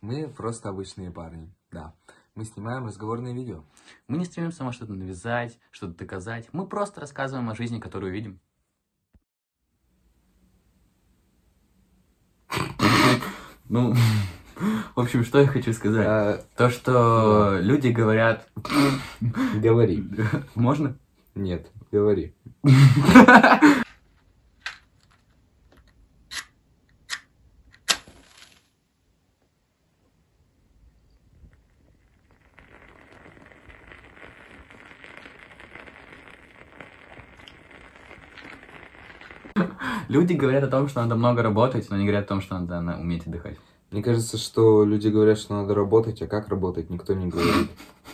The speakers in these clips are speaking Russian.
Мы просто обычные парни, да. Мы снимаем разговорные видео. Мы не стремимся вам что-то навязать, что-то доказать. Мы просто рассказываем о жизни, которую видим. Ну, в общем, что я хочу сказать? То, что люди говорят... Говори. Можно? Нет, говори. Люди говорят о том, что надо много работать, но не говорят о том, что надо уметь отдыхать. Мне кажется, что люди говорят, что надо работать, а как работать, никто не говорит.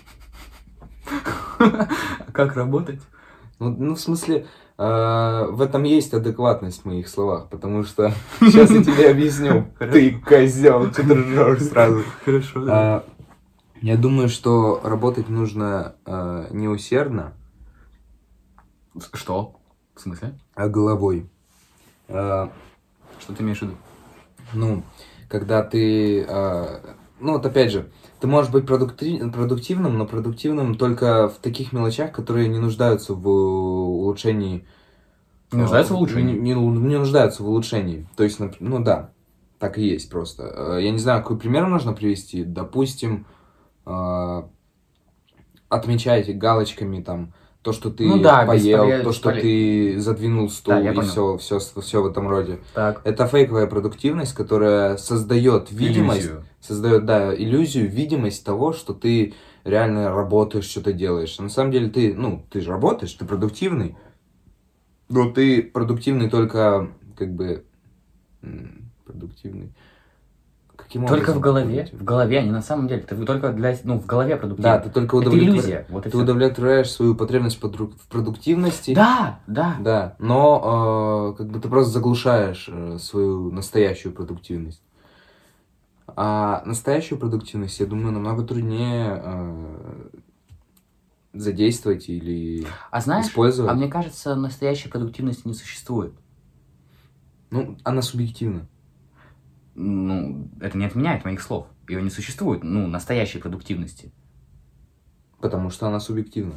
Как работать? Ну, в смысле, в этом есть адекватность в моих словах, потому что сейчас я тебе объясню. Ты козел, что ты ржешь сразу. Хорошо, да. Я думаю, что работать нужно не усердно. Что? В смысле? А головой. Что ты имеешь в виду? Ну, когда ты... ну, вот опять же, ты можешь быть продуктивным, но продуктивным только в таких мелочах, которые не нуждаются в улучшении... Не нуждаются в улучшении? Не нуждаются в улучшении. То есть, ну да, так и есть просто. Я не знаю, какой пример можно привести. Допустим, отмечайте галочками там то, что ты поел, то, что ты задвинул стул, да, и все в этом роде. Так. Это фейковая продуктивность, которая создает видимость, иллюзию, видимость того, что ты реально работаешь, что-то делаешь. На самом деле ты же работаешь, ты продуктивный, но ты продуктивный только продуктивный. Каким только в голове. В голове, а не на самом деле. Ты только в голове продуктивный. Да, ты только иллюзия. Ты удовлетворяешь свою потребность в продуктивности. Да. Да, но ты просто заглушаешь свою настоящую продуктивность. А настоящую продуктивность, я думаю, намного труднее задействовать или использовать. А мне кажется, настоящей продуктивности не существует. Ну, она субъективна. Ну, это не отменяет моих слов. Ее не существует, настоящей продуктивности. Потому что она субъективна.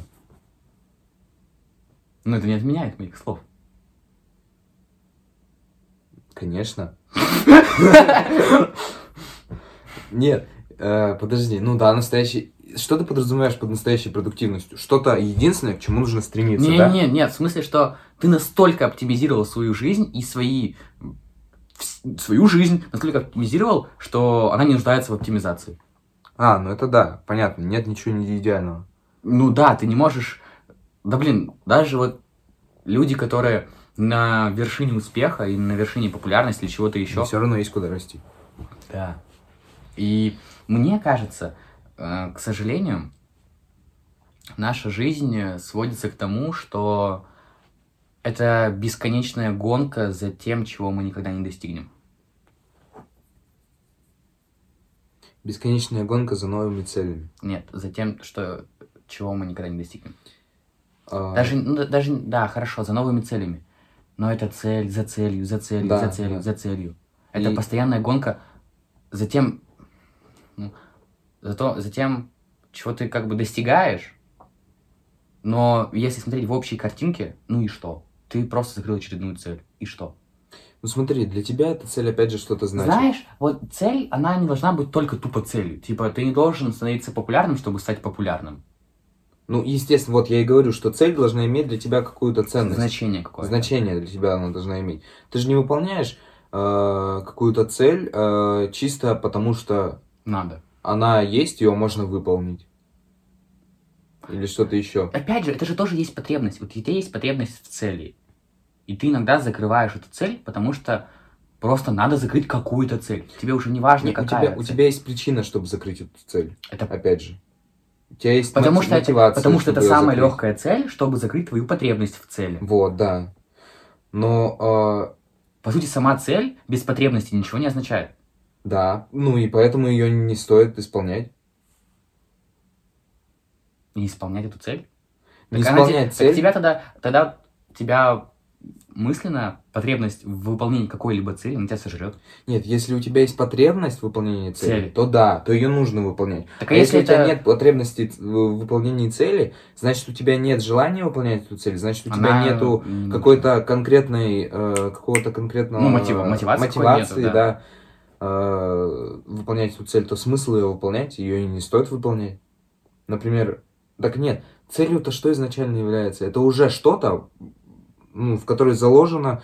Но это не отменяет моих слов. Конечно. Нет, подожди, настоящий... Что ты подразумеваешь под настоящей продуктивностью? Что-то единственное, к чему нужно стремиться, да? Нет, в смысле, что ты настолько оптимизировал свою жизнь и свою жизнь настолько оптимизировал, что она не нуждается в оптимизации. Ну это да, понятно, нет ничего не идеального. Ну да, ты не можешь... Да блин, даже вот люди, которые на вершине успеха и на вершине популярности или чего-то еще... Все равно есть куда расти. Да. И мне кажется, к сожалению, наша жизнь сводится к тому, что это бесконечная гонка за тем, чего мы никогда не достигнем. Бесконечная гонка за новыми целями. Нет, за тем, чего мы никогда не достигнем. Да, хорошо, за новыми целями. Но это цель за целью, за целью, да, за целью, да. За целью. Это постоянная гонка за тем, за тем, чего ты достигаешь. Но если смотреть в общей картинке, и что? Ты просто закрыл очередную цель. И что? Ну смотри, для тебя эта цель опять же что-то значит. Знаешь, вот цель, она не должна быть только тупо целью. Типа, ты не должен становиться популярным, чтобы стать популярным. Ну, естественно, вот я и говорю, что цель должна иметь для тебя какую-то ценность. Значение какое-то. Значение для тебя она должна иметь. Ты же не выполняешь какую-то цель чисто потому, что... Надо. Она есть, ее можно выполнить. Или что-то еще. Опять же, это же тоже есть потребность. Вот у тебя есть потребность в цели. И ты иногда закрываешь эту цель, потому что просто надо закрыть какую-то цель. Тебе уже не важно, какая цель. У тебя есть причина, чтобы закрыть эту цель. Это опять же. У тебя есть мотивация. Потому что это самая легкая цель, чтобы закрыть твою потребность в цели. Вот, да. Но... По сути, сама цель без потребности ничего не означает. Да, и поэтому ее не стоит исполнять. Не исполнять эту цель? Не исполнять цель? Так тебя мысленно потребность в выполнении какой-либо цели, она тебя сожрет. Нет, если у тебя есть потребность в выполнении цели, то да, то ее нужно выполнять. Так, а если у тебя нет потребности в выполнении цели, значит, у тебя нет желания выполнять эту цель, значит, у тебя нету какой-то конкретной, какого-то конкретного мотивации, нету, да, выполнять эту цель, то смысл ее выполнять, ее и не стоит выполнять. Например, так нет, целью-то что изначально является? Это уже что-то, ну, в которой заложено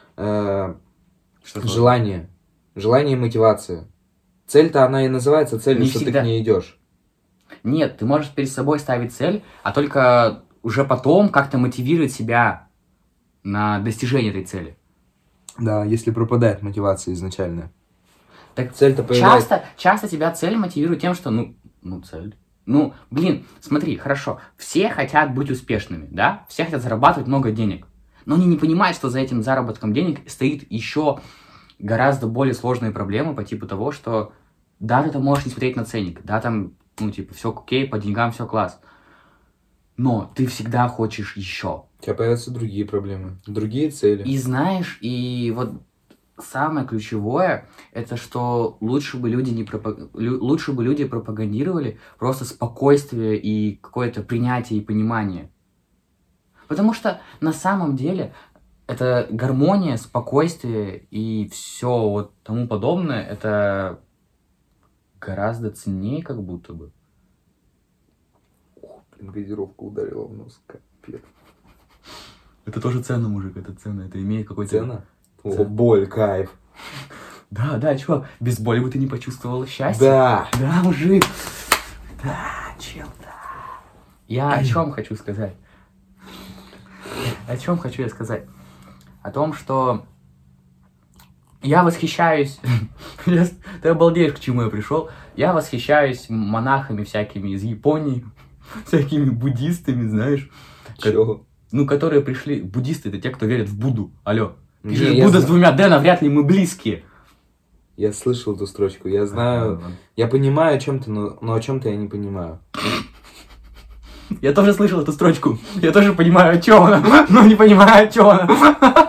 желание. Желание и мотивация. Цель-то она и называется целью, не что всегда. Ты к ней идешь. Нет, ты можешь перед собой ставить цель, а только уже потом как-то мотивировать себя на достижение этой цели. Да, если пропадает мотивация изначально. Так цель-то появляется. Часто тебя цель мотивирует тем, что, цель. Ну, блин, смотри, хорошо, все хотят быть успешными, да? Все хотят зарабатывать много денег. Но они не понимают, что за этим заработком денег стоит еще гораздо более сложные проблемы по типу того, что да, ты там можешь не смотреть на ценник, да, там, все окей, по деньгам все класс. Но ты всегда хочешь еще. У тебя появятся другие проблемы, другие цели. И знаешь, и вот самое ключевое, это что лучше бы люди пропагандировали просто спокойствие и какое-то принятие и понимание. Потому что на самом деле это гармония, спокойствие и все вот тому подобное, это гораздо ценнее как будто бы. Блин, газировка ударила в нос, капец. Это тоже ценно, мужик, это ценно, это имеет какой-то... Цена? О, боль, кайф. Да, чувак, без боли бы ты не почувствовал счастье. Да. Да, мужик. Да, чел, да. Я о чем хочу сказать? О чем хочу я сказать? О том, что я восхищаюсь... Ты обалдеешь, к чему я пришел. Я восхищаюсь монахами всякими из Японии, всякими буддистами, знаешь. Чего? Которые пришли... Буддисты — это те, кто верит в Будду. Алло. Пишешь Будда с двумя «Д», навряд ли мы близкие. Я слышал эту строчку, я знаю... Я понимаю о чем-то, но о чем-то я не понимаю. Я тоже слышал эту строчку. Я тоже понимаю, о чем она, но не понимаю, о чем она.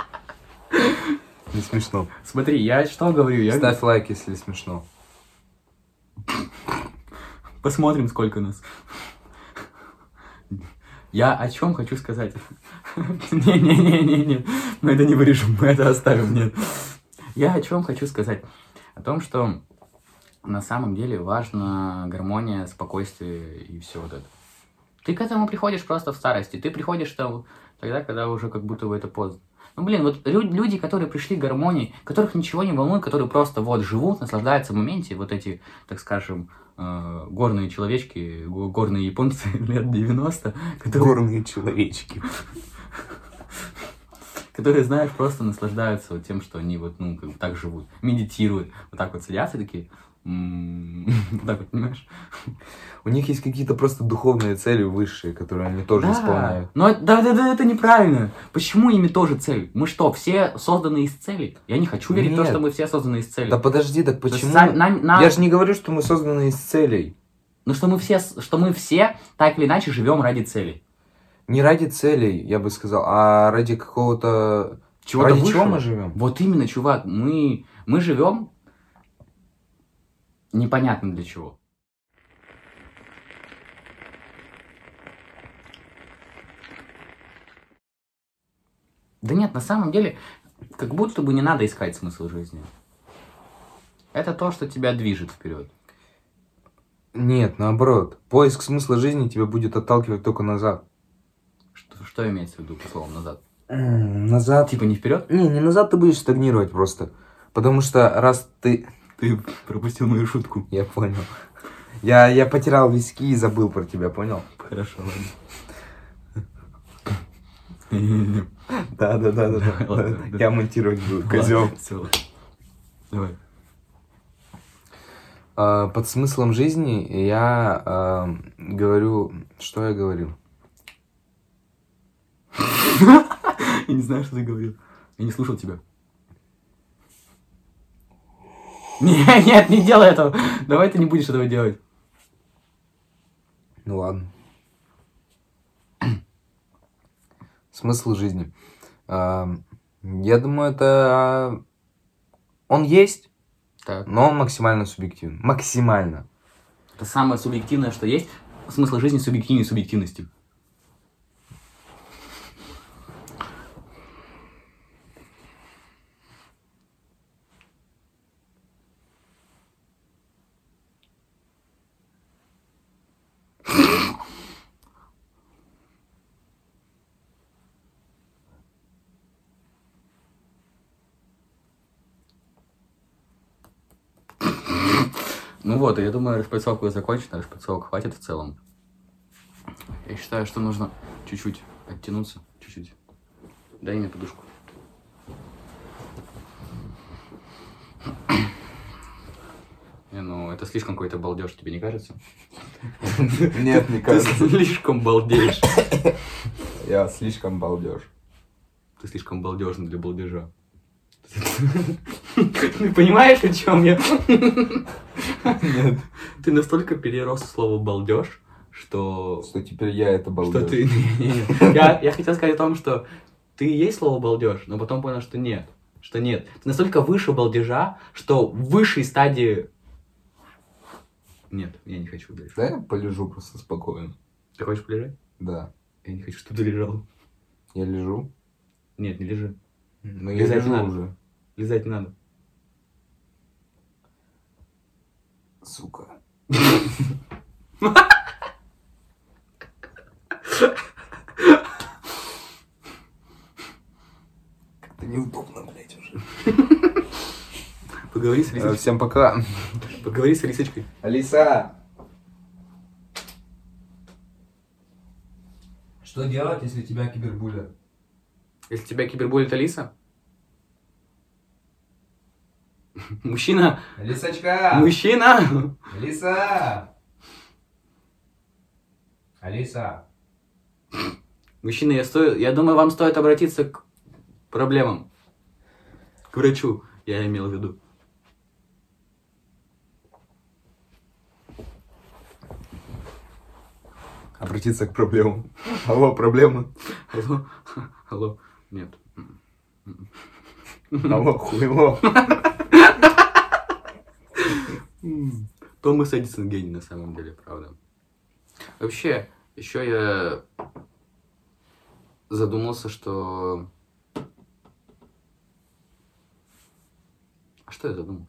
Не смешно. Смотри, я что говорю? Ставь лайк, если смешно. Посмотрим, сколько нас. Я о чем хочу сказать? Не, мы это не вырежем, мы это оставим, нет. Я о чем хочу сказать? О том, что на самом деле важна гармония, спокойствие и все вот это. Ты к этому приходишь просто в старости. Ты приходишь тогда, когда уже как будто бы это поздно. Вот люди, которые пришли к гармонии, которых ничего не волнует, которые просто живут, наслаждаются в моменте, вот эти, так скажем, горные человечки, горные японцы лет 90. Горные человечки. Которые, знаешь, просто наслаждаются тем, что они так живут, медитируют, вот так вот сидят и такие... Так вот, понимаешь? У них есть какие-то просто духовные цели высшие, которые они тоже исполняют. Но это неправильно. Почему ими тоже цель? Мы что, все созданы из целей? Я не хочу верить в то, что мы все созданы из целей. Да подожди, так почему? Я же не говорю, что мы созданы из целей. Ну что мы все так или иначе живем ради целей. Не ради целей, я бы сказал, а ради какого-то... Чего-то ради чего мы живем? Вот именно, чувак, мы живем непонятно для чего. Да нет, на самом деле, как будто бы не надо искать смысл жизни. Это то, что тебя движет вперед. Нет, наоборот. Поиск смысла жизни тебя будет отталкивать только назад. Что имеется в виду по словам назад? Назад. Типа не вперед? Не назад ты будешь стагнировать просто. Потому что раз ты... Ты пропустил мою шутку. Я понял. Я потерял виски и забыл про тебя, понял? Хорошо, ладно. Да. Я монтировать буду, козел. Давай. Под смыслом жизни я говорю... Что я говорил? Я не знаю, что ты говорил. Я не слушал тебя. Нет, не делай этого. Давай ты не будешь этого делать. Ну ладно. Смысл жизни. Я думаю, это... Он есть, Так. но он максимально субъективен. Максимально. Это самое субъективное, что есть. Смысл жизни субъективнее субъективности. Ну вот, я думаю, распальцовку закончена, распальцовок хватит в целом. Я считаю, что нужно чуть-чуть оттянуться, чуть-чуть. Дай мне подушку. Ну, это слишком какой-то балдеж, тебе не кажется? Нет, не кажется. Ты слишком балдеешь. Я слишком балдеж. Ты слишком балдежный для балдежа. Ты понимаешь, о чем я? Нет. Ты настолько перерос слово балдеж, что теперь я это балдеж. что ты... Я хотел сказать о том, что ты и есть слово балдеж, но потом понял, что нет. Что нет. Ты настолько выше балдежа, что в высшей стадии... Нет, я не хочу дальше. Да, я полежу просто спокойно. Ты хочешь полежать? Да. Я не хочу, чтобы ты лежал. Я лежу. Нет, не лежи. Ну, я Лизать лежу надо. уже. Лизать не надо. Сука. Как-то неудобно, блядь, уже. Поговори с Лисочкой. Всем пока. Поговори с Лисочкой. Алиса! Что делать, если тебя кибербулят? Если тебя кибербулит Алиса? Мужчина! Алисочка! Мужчина! Алиса! Алиса! Мужчина, я думаю, вам стоит обратиться к проблемам. К врачу, я имел в виду. Обратиться к проблемам. Алло, проблемы. Алло? Алло? Нет. Алло, хуйло. Томас Эдисон гений на самом деле, правда. Вообще, еще я задумался, что... А что я задумался?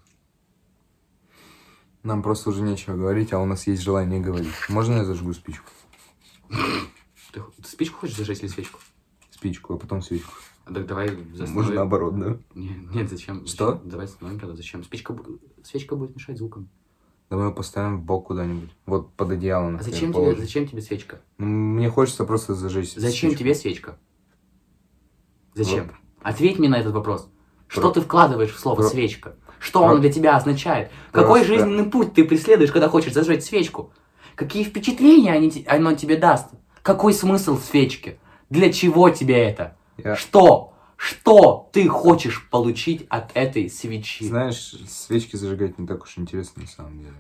Нам просто уже нечего говорить, а у нас есть желание говорить. Можно я зажгу спичку? Ты спичку хочешь зажечь или свечку? Спичку, а потом свечку. Так давай застановим. Можно наоборот, да? Нет, зачем? Что? Давай остановим тогда. Зачем? Свечка будет мешать звукам. Давай ее поставим в бок куда-нибудь. Вот под одеяло, А например, зачем тебе свечка? Ну, мне хочется просто зажечь Зачем свечку. тебе свечка? Зачем? Вот. Ответь мне на этот вопрос. Что ты вкладываешь в слово свечка? Что Про- оно для тебя означает? Какой жизненный путь ты преследуешь, когда хочешь зажечь свечку? Какие впечатления оно тебе даст? Какой смысл свечки? Для чего тебе это? Я- Что? Что ты хочешь получить от этой свечи? Знаешь, свечки зажигать не так уж интересно на самом деле.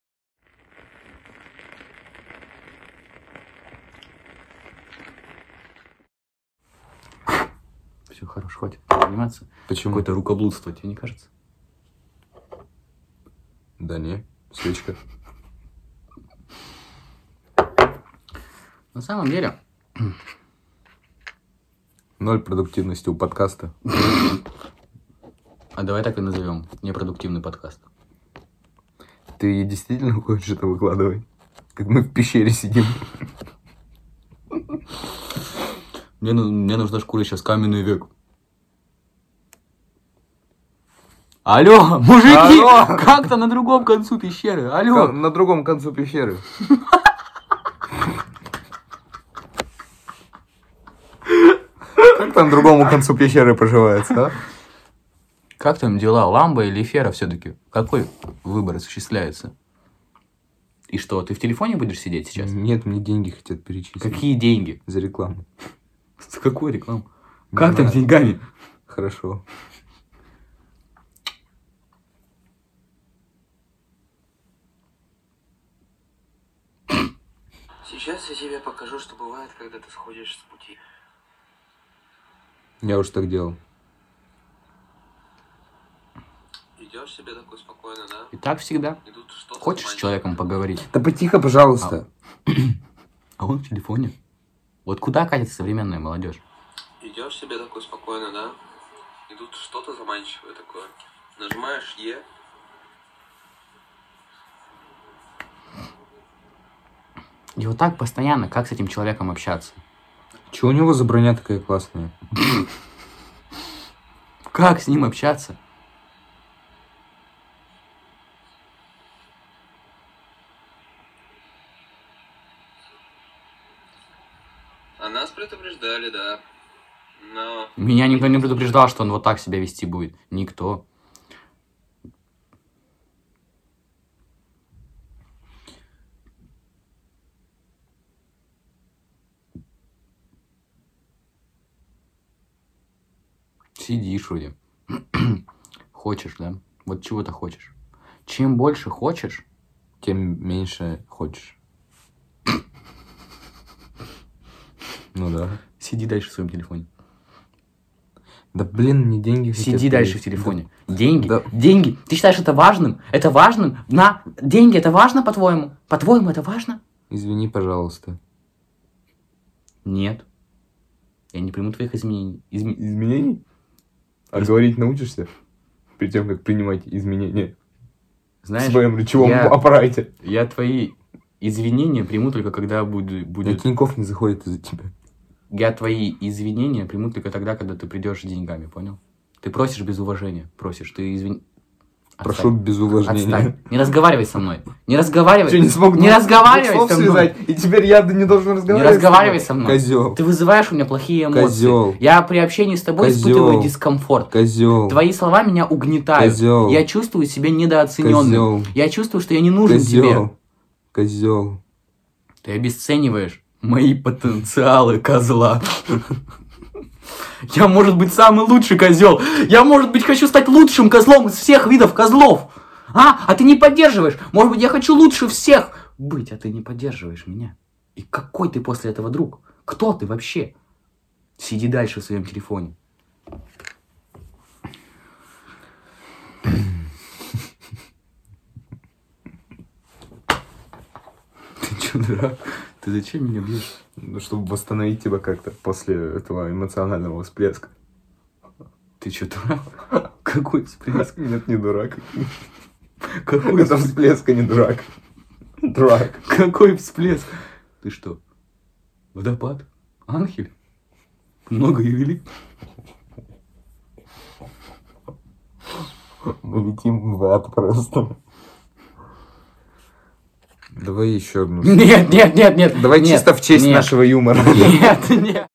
Все, хорош, хватит заниматься. Почему? Какое-то рукоблудство, тебе не кажется? Да не, свечка. На самом деле... 0 продуктивности у подкаста. А давай так и назовем. Непродуктивный подкаст. Ты действительно хочешь это выкладывать? Как мы в пещере сидим. Мне нужна шкура сейчас каменный век. Алло, мужики! Алло! Как-то на другом концу пещеры. Алло! На другом концу пещеры. Как там другому концу пещеры поживается, а? Как там дела? Ламба или эфира все-таки? Какой выбор осуществляется? И что, ты в телефоне будешь сидеть сейчас? Нет, мне деньги хотят перечислить. Какие деньги? За рекламу. С какой рекламы? Не Как там знаю. с деньгами? Хорошо. Сейчас я тебе покажу, что бывает, когда ты сходишь с пути. Я уж так делал. Идешь себе такой спокойно, да? И так всегда. Хочешь с человеком поговорить? Да потихо, пожалуйста. А он в телефоне. Вот куда катится современная молодежь? Идешь себе такой спокойно, да? И тут что-то заманчивое такое. Нажимаешь Е. И вот так постоянно, как с этим человеком общаться? Чего у него за броня такая классная? Как с ним общаться? А нас предупреждали, да. Но... Меня никто не предупреждал, что он вот так себя вести будет. Никто. Сидишь вроде. Хочешь, да? Вот чего ты хочешь. Чем больше хочешь, Тем меньше хочешь. Ну да. сиди дальше в своем телефоне. Да блин, мне деньги хотят Сиди дальше в есть. телефоне. Деньги? Да. Деньги? Ты считаешь это важным? Это важным? На, деньги это важно, по-твоему? По-твоему, это важно? Извини, пожалуйста. Нет. Я не приму твоих изменений. Изменений? А говорить научишься? Перед тем, как принимать изменения Знаешь, в своем речевом я- аппарате. Я твои извинения приму только когда Да будет... Тинькофф не заходит из-за тебя. Я твои извинения приму только тогда, когда ты придешь с деньгами, понял? Ты просишь без уважения. Просишь, ты извини... Прошу Отстань. без уважения. Отстань. Не разговаривай со мной. Не разговаривай. Что, не смог Не разговаривай двух со слов мной. связать, и теперь я не должен Не разговаривать? разговаривай со мной. Козел. Ты вызываешь у меня плохие эмоции. Козел. Я при общении с тобой Козел. испытываю дискомфорт. Козел. Твои слова меня угнетают. Козел. Я чувствую себя недооцененным. Козел. Я чувствую, что я не нужен тебе. Козел. Козел. Ты обесцениваешь мои потенциалы, козла. Я, может быть, самый лучший козел. Я, может быть, хочу стать лучшим козлом из всех видов козлов. А ты не поддерживаешь. Может быть, я хочу лучше всех быть, а ты не поддерживаешь меня. И какой ты после этого друг? Кто ты вообще? Сиди дальше в своем телефоне. Ты че, дурак? Ты зачем меня бьешь? Ну, чтобы восстановить тебя как-то после этого эмоционального всплеска. Ты че, дурак? Какой всплеск? Нет, не дурак. Какой Это всплеск, а не дурак. Дурак. Какой всплеск? Ты что, водопад? Ангель? Много и велик? Мы летим в ад просто. Давай еще одну. Нет, нет, нет, нет. Давай нет, чисто в честь нет, нашего юмора. Нет, нет.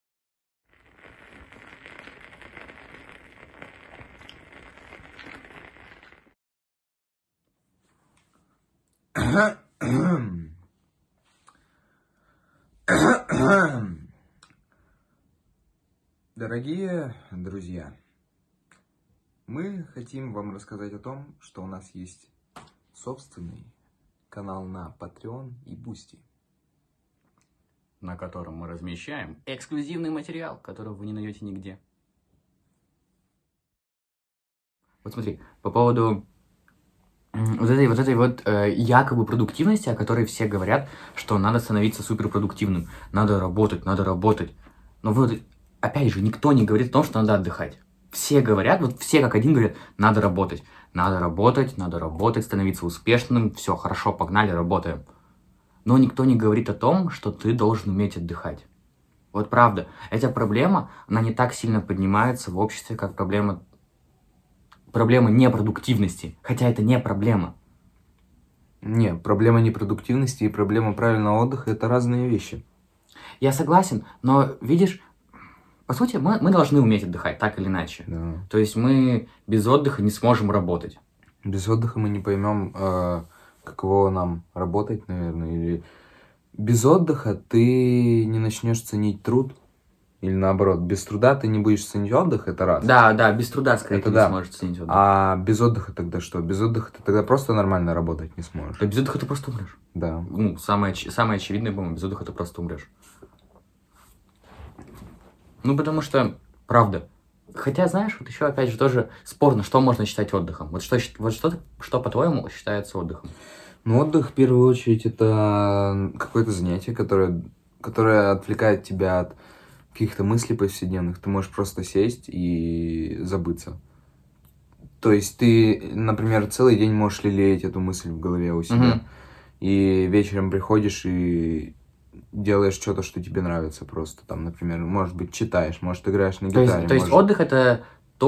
Дорогие друзья, мы хотим вам рассказать о том, что у нас есть собственный канал на Patreon и Boosty. На котором мы размещаем эксклюзивный материал, которого вы не найдете нигде. Вот смотри, по поводу вот этой якобы продуктивности, о которой все говорят, что надо становиться суперпродуктивным, надо работать, надо работать. Но вот, опять же, никто не говорит о том, что надо отдыхать. Все говорят, вот все как один говорят, надо работать, становиться успешным, все, хорошо, погнали, работаем. Но никто не говорит о том, что ты должен уметь отдыхать. Вот правда, эта проблема, она не так сильно поднимается в обществе, как проблема непродуктивности. Хотя это не проблема. Не, проблема непродуктивности и проблема правильного отдыха – это разные вещи. Я согласен, но видишь, по сути, мы должны уметь отдыхать, так или иначе. Да. То есть мы без отдыха не сможем работать. Без отдыха мы не поймем, каково нам работать, наверное, или без отдыха ты не начнешь ценить труд, или наоборот, без труда ты не будешь ценить отдых, это раз. Да, без труда, скорее, Это ты да. не сможешь ценить отдых. А без отдыха тогда что? Без отдыха ты тогда просто нормально работать не сможешь. Да без отдыха ты просто умрешь. Да. Ну, самое очевидное, по-моему, без отдыха ты просто умрешь. Ну, потому что Правда. Хотя, знаешь, вот еще, опять же, тоже спорно, что можно считать отдыхом. Вот что по-твоему, считается отдыхом? Ну, отдых, в первую очередь, это какое-то занятие, которое отвлекает тебя от каких-то мыслей повседневных. Ты можешь просто сесть и забыться. То есть ты, например, целый день можешь лелеять эту мысль в голове у себя. И вечером приходишь и делаешь что-то, что тебе нравится просто. Там, например, может быть, читаешь, может, играешь на гитаре. То есть отдых это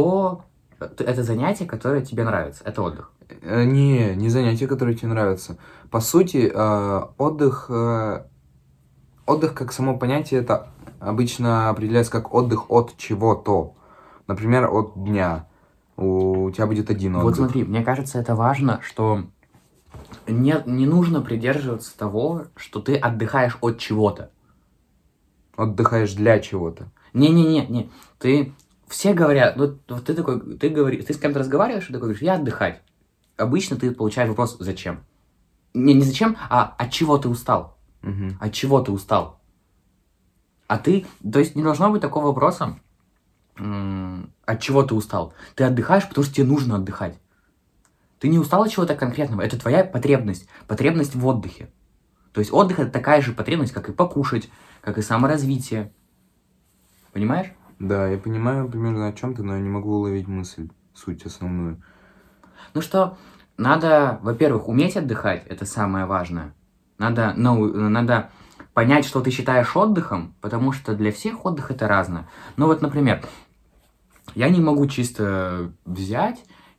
это занятие, которое тебе нравится. Это отдых. Не занятие, которое тебе нравится. По сути, отдых как само понятие, это обычно определяется как отдых от чего-то. Например, от дня. У тебя будет один отдых. Вот смотри, мне кажется, это важно, что не нужно придерживаться того, что ты отдыхаешь от чего-то. Отдыхаешь для чего-то. Не. Все говорят, вот ты такой, ты с кем-то разговариваешь, и такой говоришь, я отдыхать. Обычно ты получаешь вопрос, зачем? Не зачем, а от чего ты устал. От чего ты устал? То есть не должно быть такого вопроса, от чего ты устал. Ты отдыхаешь, потому что тебе нужно отдыхать. Ты не устал от чего-то конкретного, это твоя потребность в отдыхе. То есть отдых это такая же потребность, как и покушать, как и саморазвитие. Понимаешь? Да, я понимаю примерно о чем ты, но я не могу уловить мысль, суть основную. Ну что, надо, во-первых, уметь отдыхать, это самое важное. Надо понять, что ты считаешь отдыхом, потому что для всех отдых это разное. Ну вот, например, я не могу чисто взять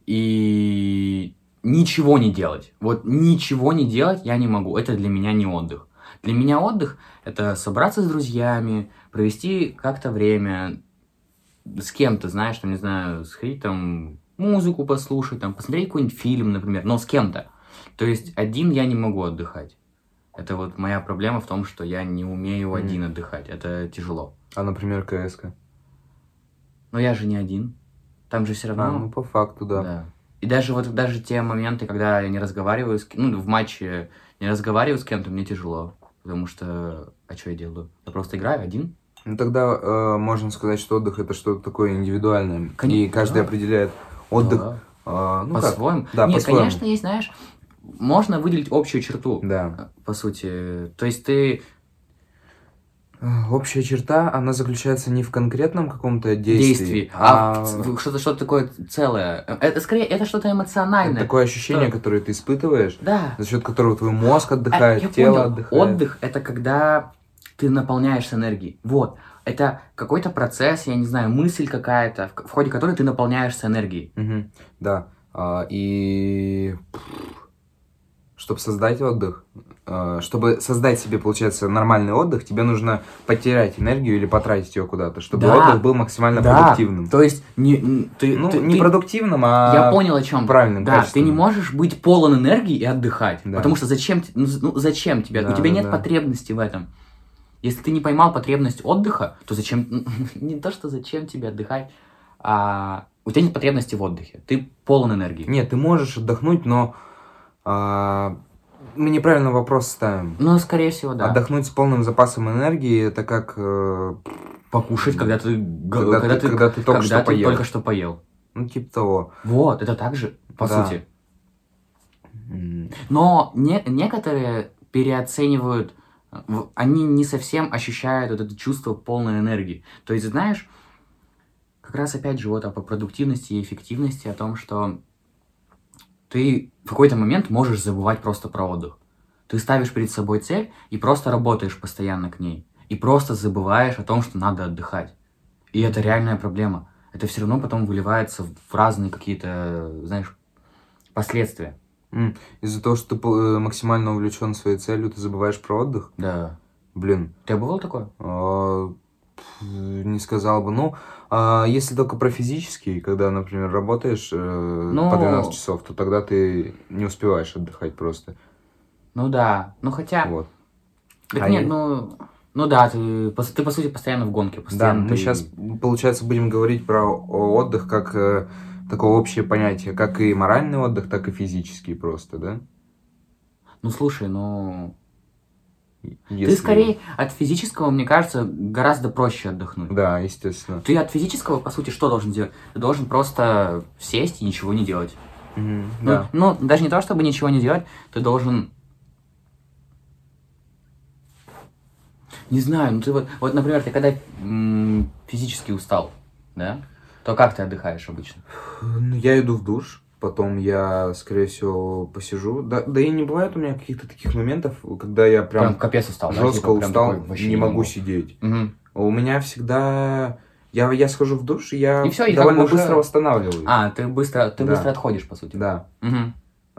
и ничего не делать. Вот ничего не делать я не могу. Это для меня не отдых. Для меня отдых – это собраться с друзьями, провести как-то время с кем-то, знаешь, там, не знаю, сходить там, музыку послушать, там, посмотреть какой-нибудь фильм, например, но с кем-то. То есть один я не могу отдыхать. Это вот моя проблема в том, что я не умею один отдыхать. Это тяжело. А, например, КС-ка? Но я же не один. Там же все равно... ну по факту, да. И даже те моменты, когда я не разговариваю в матче не разговариваю с кем-то, мне тяжело. Потому что... А что я делаю? Я просто играю один. Ну тогда можно сказать, что отдых это что-то такое индивидуальное. И каждый определяет отдых по-своему. Да, Нет, по-своему. конечно, есть, знаешь, можно выделить общую черту. Да. По сути. То есть ты... Общая черта, она заключается не в конкретном каком-то действии, а что-то такое целое. Это скорее, это что-то эмоциональное. Это такое ощущение, которое ты испытываешь, да. за счет которого твой мозг отдыхает, тело отдыхает. Отдых — это когда ты наполняешься энергией. Вот. Это какой-то процесс, я не знаю, мысль какая-то, в ходе которой ты наполняешься энергией. Да. И чтобы создать отдых, чтобы создать себе, получается, нормальный отдых, тебе нужно потерять энергию или потратить ее куда-то, чтобы отдых был максимально продуктивным. То есть не продуктивным, а я понял, о чем. Правильным, ты не можешь быть полон энергии и отдыхать, да. потому что зачем тебе? У тебя нет потребности в этом. Если ты не поймал потребность отдыха, то зачем... Не то, что зачем тебе отдыхать, а у тебя нет потребности в отдыхе. Ты полон энергии. Нет, ты можешь отдохнуть, но мы неправильно вопрос ставим. Ну, скорее всего, да. Отдохнуть с полным запасом энергии, это как... покушать, когда ты только что поел. Ну, типа того. Вот, это так же, по сути. Но некоторые переоценивают... Они не совсем ощущают вот это чувство полной энергии. То есть, знаешь, как раз опять же вот по продуктивности и эффективности, о том, что ты в какой-то момент можешь забывать просто про отдых. Ты ставишь перед собой цель и просто работаешь постоянно к ней. И просто забываешь о том, что надо отдыхать. И это реальная проблема. Это все равно потом выливается в разные какие-то, знаешь, последствия. Из-за того, что ты максимально увлечен своей целью, ты забываешь про отдых? Да. Блин. У тебя бывало такое? Не сказал бы. Ну, если только про физический, когда, например, работаешь по 12 часов, то тогда ты не успеваешь отдыхать просто. Ну да. Ну хотя... Вот. Так нет, ну да, ты по сути постоянно в гонке. Постоянно мы сейчас, получается, будем говорить про отдых как такое общее понятие, как и моральный отдых, так и физический просто, да? Ну слушай, Ты скорее от физического, мне кажется, гораздо проще отдохнуть. Да, естественно. Ты от физического, по сути, что должен делать? Ты должен просто сесть и ничего не делать. Да. Ну, даже не то, чтобы ничего не делать, ты должен... Не знаю, ну ты вот, например, ты когда физически устал, да, то как ты отдыхаешь обычно? Ну, я иду в душ, потом я, скорее всего, посижу. Да и не бывает у меня каких-то таких моментов, когда я прям капец устал, жестко да? Типа, устал, такой, не могу сидеть. Угу. У меня всегда... Я схожу в душ, и я и все, и довольно как бы быстро восстанавливаюсь. Ты быстро отходишь, по сути. Да. Угу.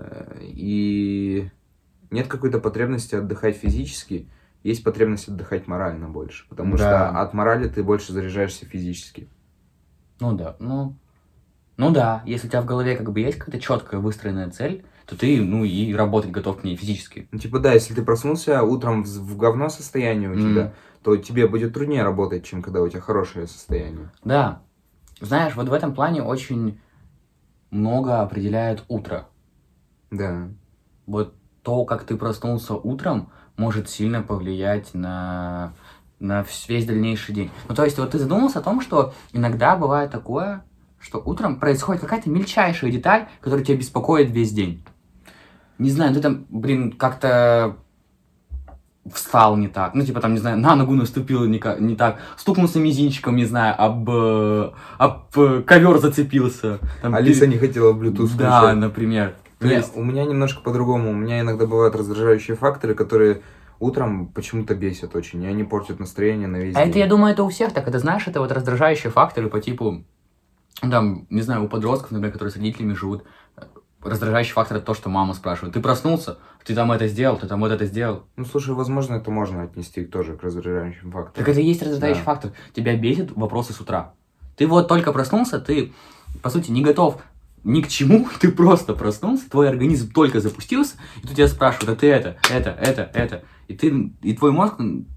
И нет какой-то потребности отдыхать физически, есть потребность отдыхать морально больше, потому что от морали ты больше заряжаешься физически. Ну да, если у тебя в голове как бы есть какая-то четкая выстроенная цель, то ты, и работать готов к ней физически. Ну, типа, да, если ты проснулся утром в говно состоянии у тебя, то тебе будет труднее работать, чем когда у тебя хорошее состояние. Да. Знаешь, вот в этом плане очень много определяет утро. Да. Вот то, как ты проснулся утром, может сильно повлиять на весь дальнейший день. Ну, то есть, вот ты задумался о том, что иногда бывает такое, что утром происходит какая-то мельчайшая деталь, которая тебя беспокоит весь день. Не знаю, ты там, как-то встал не так, не знаю, на ногу наступил не так, стукнулся мизинчиком, не знаю, об ковер зацепился. Там, Алиса не хотела Bluetooth включать. Да, например. Нет, у меня немножко по-другому. У меня иногда бывают раздражающие факторы, которые утром почему-то бесят очень, и они портят настроение на весь день. Это, я думаю, это у всех так. Это, знаешь, это вот раздражающие факторы по типу, там, не знаю, у подростков, например, которые с родителями живут, раздражающий фактор — это то, что мама спрашивает. Ты проснулся? Ты там это сделал? Ты там вот это сделал? Ну, слушай, возможно, это можно отнести тоже к раздражающим факторам. Так это и есть раздражающий фактор. Тебя бесит вопросы с утра. Ты вот только проснулся, ты, по сути, не готов ни к чему, ты просто проснулся, твой организм только запустился, и тут тебя спрашивают, а ты это. И твой мозг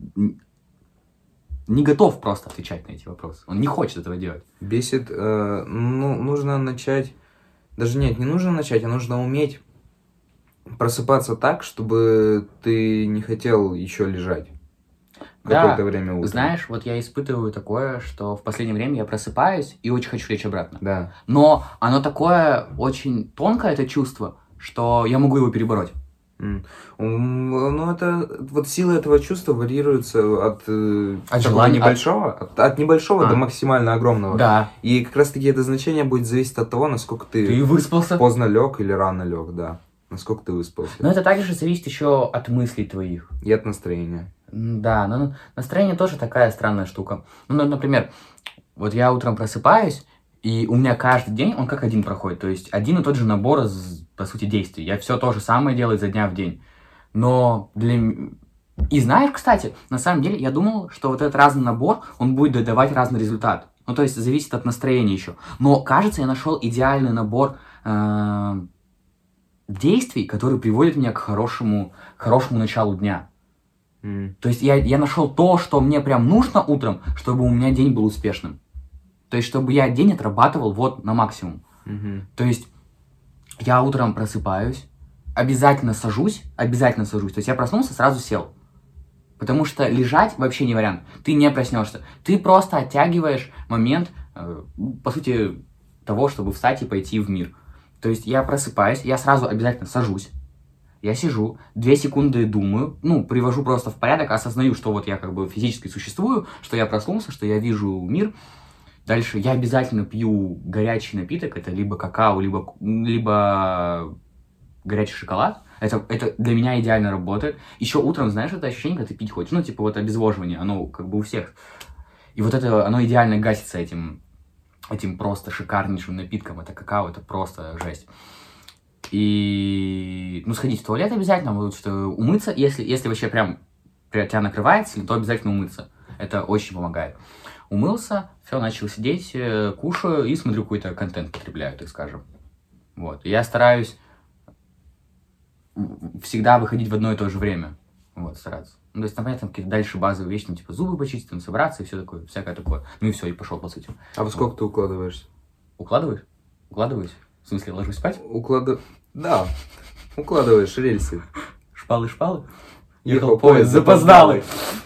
не готов просто отвечать на эти вопросы. Он не хочет этого делать. Бесит, нужно начать... Даже нет, не нужно начать, а нужно уметь просыпаться так, чтобы ты не хотел еще лежать какое-то время утром. Знаешь, вот я испытываю такое, что в последнее время я просыпаюсь и очень хочу лечь обратно. Да. Но оно такое очень тонкое, это чувство, что я могу его перебороть. Ну, это вот сила этого чувства вариируется от желания небольшого, от небольшого до максимально огромного. Да. И как раз таки это значение будет зависеть от того, насколько ты выспался, поздно лег или рано лег, да. Насколько ты выспался. Но это также зависит еще от мыслей твоих. И от настроения. Да, но настроение тоже такая странная штука. Ну, например, вот я утром просыпаюсь, и у меня каждый день он как один проходит. То есть один и тот же набор, по сути, действий. Я все то же самое делаю изо дня в день. Но И знаешь, кстати, на самом деле я думал, что вот этот разный набор, он будет давать разный результат. Ну, то есть зависит от настроения еще. Но, кажется, я нашел идеальный набор действий, которые приводят меня к хорошему началу дня. То есть я нашел то, что мне прям нужно утром, чтобы у меня день был успешным. То есть, чтобы я день отрабатывал вот на максимум. То есть, я утром просыпаюсь, обязательно сажусь. То есть, я проснулся, сразу сел. Потому что лежать вообще не вариант. Ты не проснешься. Ты просто оттягиваешь момент, по сути, того, чтобы встать и пойти в мир. То есть, я просыпаюсь, я сразу обязательно сажусь. Я сижу, 2 секунды думаю, привожу просто в порядок, осознаю, что вот я как бы физически существую, что я проснулся, что я вижу мир. Дальше я обязательно пью горячий напиток, это либо какао, либо горячий шоколад. Это для меня идеально работает. Еще утром, знаешь, это ощущение, когда ты пить хочешь, обезвоживание, оно как бы у всех. И вот это, оно идеально гасится этим просто шикарнейшим напитком, это какао, это просто жесть. И, сходить в туалет обязательно, лучше умыться, если вообще прям тебя накрывает, то обязательно умыться. Это очень помогает. Умылся, все, начал сидеть, кушаю и смотрю какой-то контент, потребляю, так скажем. Вот. И я стараюсь всегда выходить в одно и то же время. Вот, стараться. То есть, понятно, какие-то дальше базовые вещи, типа зубы почистить, собраться и все такое, всякое такое. И все, и пошел, по сути. А во сколько ты укладываешься? Укладываюсь? В смысле, ложусь спать? Да, укладываешь рельсы. Шпалы? Ехал поезд запоздалый.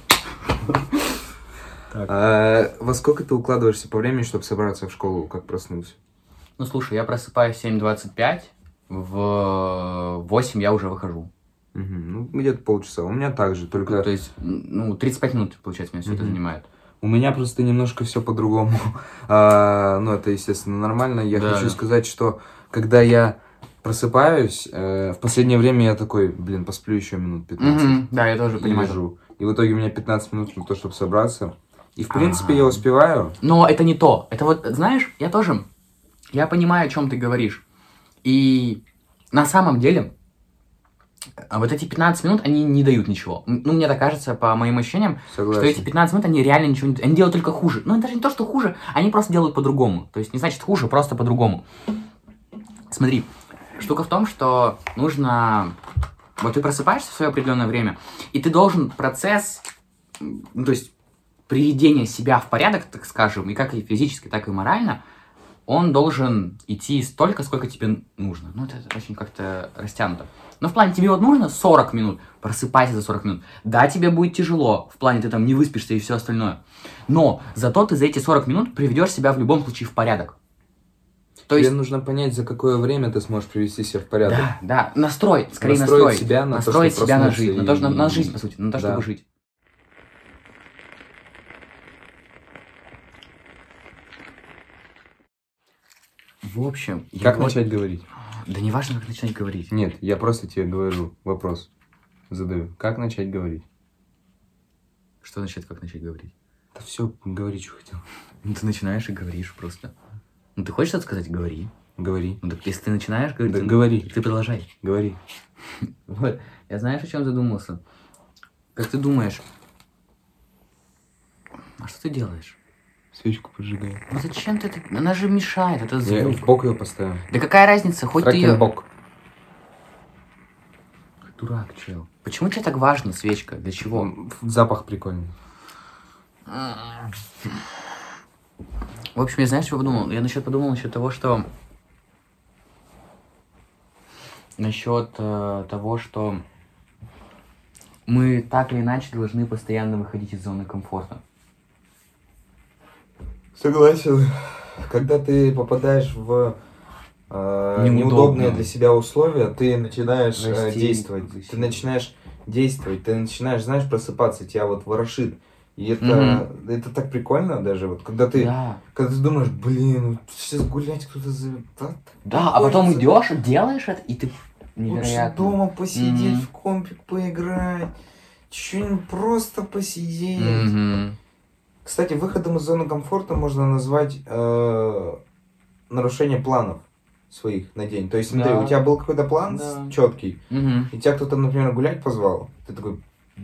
Во сколько ты укладываешься по времени, чтобы собраться в школу, как проснулся? Ну, слушай, я просыпаюсь в 7:25, в 8 я уже выхожу. Ну, где-то полчаса. У меня так же, только... Ну, то есть, 35 минут, получается, меня все это занимает. У меня просто немножко все по-другому. Ну, это, естественно, нормально. Я хочу сказать, что когда я просыпаюсь, в последнее время я такой, посплю еще минут 15. Да, я тоже понимаю. Лежу. И в итоге у меня 15 минут на то, чтобы собраться. И, в принципе, я успеваю. Но это не то. Это вот, знаешь, я понимаю, о чем ты говоришь. И на самом деле, вот эти 15 минут, они не дают ничего. Ну, мне так кажется, по моим ощущениям, Согласен. что эти 15 минут, они реально ничего не дают. Они делают только хуже. Ну, это даже не то, что хуже, они просто делают по-другому. То есть, не значит хуже, просто по-другому. Смотри, штука в том, что нужно... Вот ты просыпаешься в свое определенное время, и ты должен процесс, ну, то есть, приведения себя в порядок, так скажем, и как и физически, так и морально, он должен идти столько, сколько тебе нужно. Ну, это очень как-то растянуто. Но в плане тебе вот нужно 40 минут, просыпайся за 40 минут. Да, тебе будет тяжело, в плане ты там не выспишься и все остальное. Но зато ты за эти 40 минут приведешь себя в любом случае в порядок. Тебе нужно понять, за какое время ты сможешь привести себя в порядок. Да, настроить себя на то, чтобы себя на жизнь, на жизнь, по сути, на то, чтобы жить. В общем... Как начать говорить? Да не важно, как начать говорить. Нет, я просто тебе говорю вопрос. Задаю. Как начать говорить? Что значит, как начать говорить? Да все, говори, что хотел. Ну, ты начинаешь и говоришь просто. Ну, ты хочешь что-то сказать? Говори. Говори. Ну, так если ты начинаешь говорить, да говори. Ты продолжай. Говори. Вот. Я знаешь, о чем задумался? Как ты думаешь, а что ты делаешь? Свечку поджигаю. Ну зачем ты это? Она же мешает, это звук. Я в бок ее поставил. Да какая разница, хоть ты ее... бок. Дурак, чел. Почему тебе так важно свечка? Для чего? Запах прикольный. В общем, я знаешь, что подумал? Я подумал насчет того, что... Насчет того, что мы так или иначе должны постоянно выходить из зоны комфорта. Согласен. Когда ты попадаешь в неудобные для себя условия, ты начинаешь действовать. Ты начинаешь действовать, ты начинаешь, знаешь, просыпаться, тебя вот ворошит. И это так прикольно даже, вот, когда ты думаешь, сейчас гулять кто-то зовет. Да, а потом идешь, делаешь это, и ты невероятно. Лучше дома посидеть, в компик поиграть, что-нибудь просто посидеть. Кстати, выходом из зоны комфорта можно назвать нарушение планов своих на день. То есть, смотри, у тебя был какой-то план четкий, и тебя кто-то, например, гулять позвал, ты такой,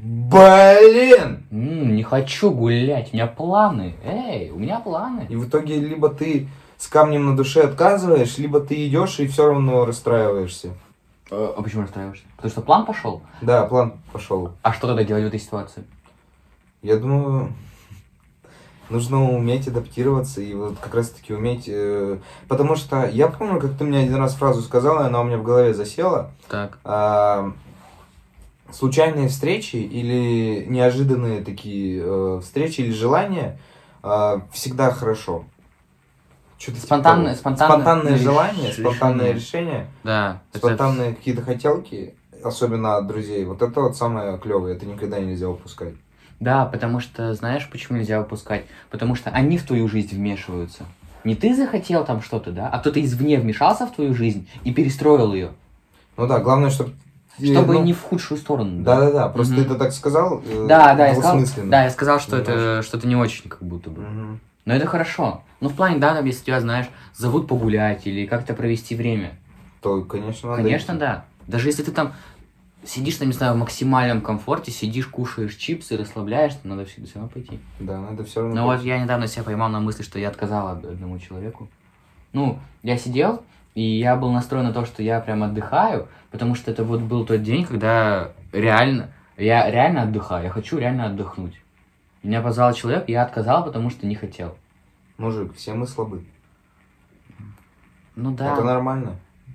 не хочу гулять, у меня планы. У меня планы. И в итоге либо ты с камнем на душе отказываешь, либо ты идешь и все равно расстраиваешься. А почему расстраиваешься? Потому что план пошел? Да, план пошел. А что тогда делать в этой ситуации? Я думаю, нужно уметь адаптироваться и вот как раз таки уметь... Потому что я помню, как ты мне один раз фразу сказала, и она у меня в голове засела. Так. Случайные встречи или неожиданные такие встречи или желания всегда хорошо. Спонтанное желание, спонтанное решение, да, спонтанные какие-то хотелки, особенно от друзей. Вот это вот самое клевое, это никогда нельзя упускать. Да, потому что, знаешь, почему нельзя упускать? Потому что они в твою жизнь вмешиваются. Не ты захотел там что-то, да, а кто-то извне вмешался в твою жизнь и перестроил ее. Ну да, главное, чтобы не в худшую сторону. Да, просто ты это так сказал. Да, я сказал, что это что-то не очень как будто бы. Но это хорошо. Ну, в плане, да, если тебя, знаешь, зовут погулять или как-то провести время. То, конечно, надо. Конечно, да. Даже если ты там сидишь, там, не знаю, в максимальном комфорте, сидишь, кушаешь чипсы, расслабляешься, надо все равно пойти. Да, надо все равно. Ну вот я недавно себя поймал на мысли, что я отказал одному человеку. Ну, я сидел, и я был настроен на то, что я прям отдыхаю, потому что это вот был тот день, когда я реально отдыхаю, я хочу реально отдохнуть. Меня позвал человек, я отказал, потому что не хотел. Мужик, все мы слабы. Ну да. Это нормально.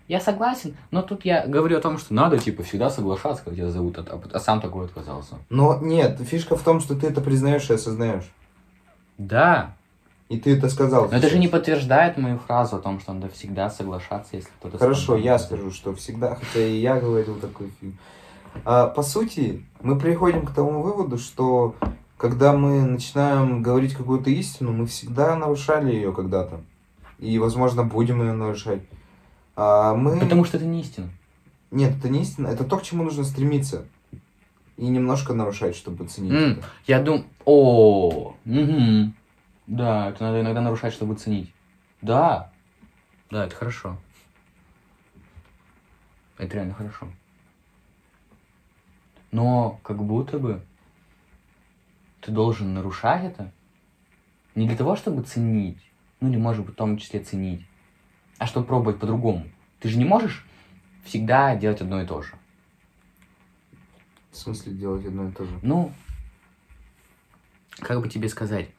я согласен, но тут я говорю о том, что надо, типа, всегда соглашаться, когда тебя зовут, а сам такой отказался. Но нет, фишка в том, что ты это признаешь и осознаешь. Да. И ты это сказал. Но это же не подтверждает мою фразу о том, что надо всегда соглашаться, если кто-то... Хорошо, я скажу, что всегда, хотя и я говорил такой фильм. По сути, мы приходим к тому выводу, что когда мы начинаем говорить какую-то истину, мы всегда нарушали ее когда-то. И, возможно, будем ее нарушать. Потому что это не истина. Нет, это не истина. Это то, к чему нужно стремиться. И немножко нарушать, чтобы ценить это. Я думаю... Да, это надо иногда нарушать, чтобы ценить. Да. Да, это хорошо. Это реально хорошо. Но как будто бы ты должен нарушать это не для того, чтобы ценить, ну или, может быть, в том числе ценить, а чтобы пробовать по-другому. Ты же не можешь всегда делать одно и то же. В смысле делать одно и то же? Ну, как бы тебе сказать,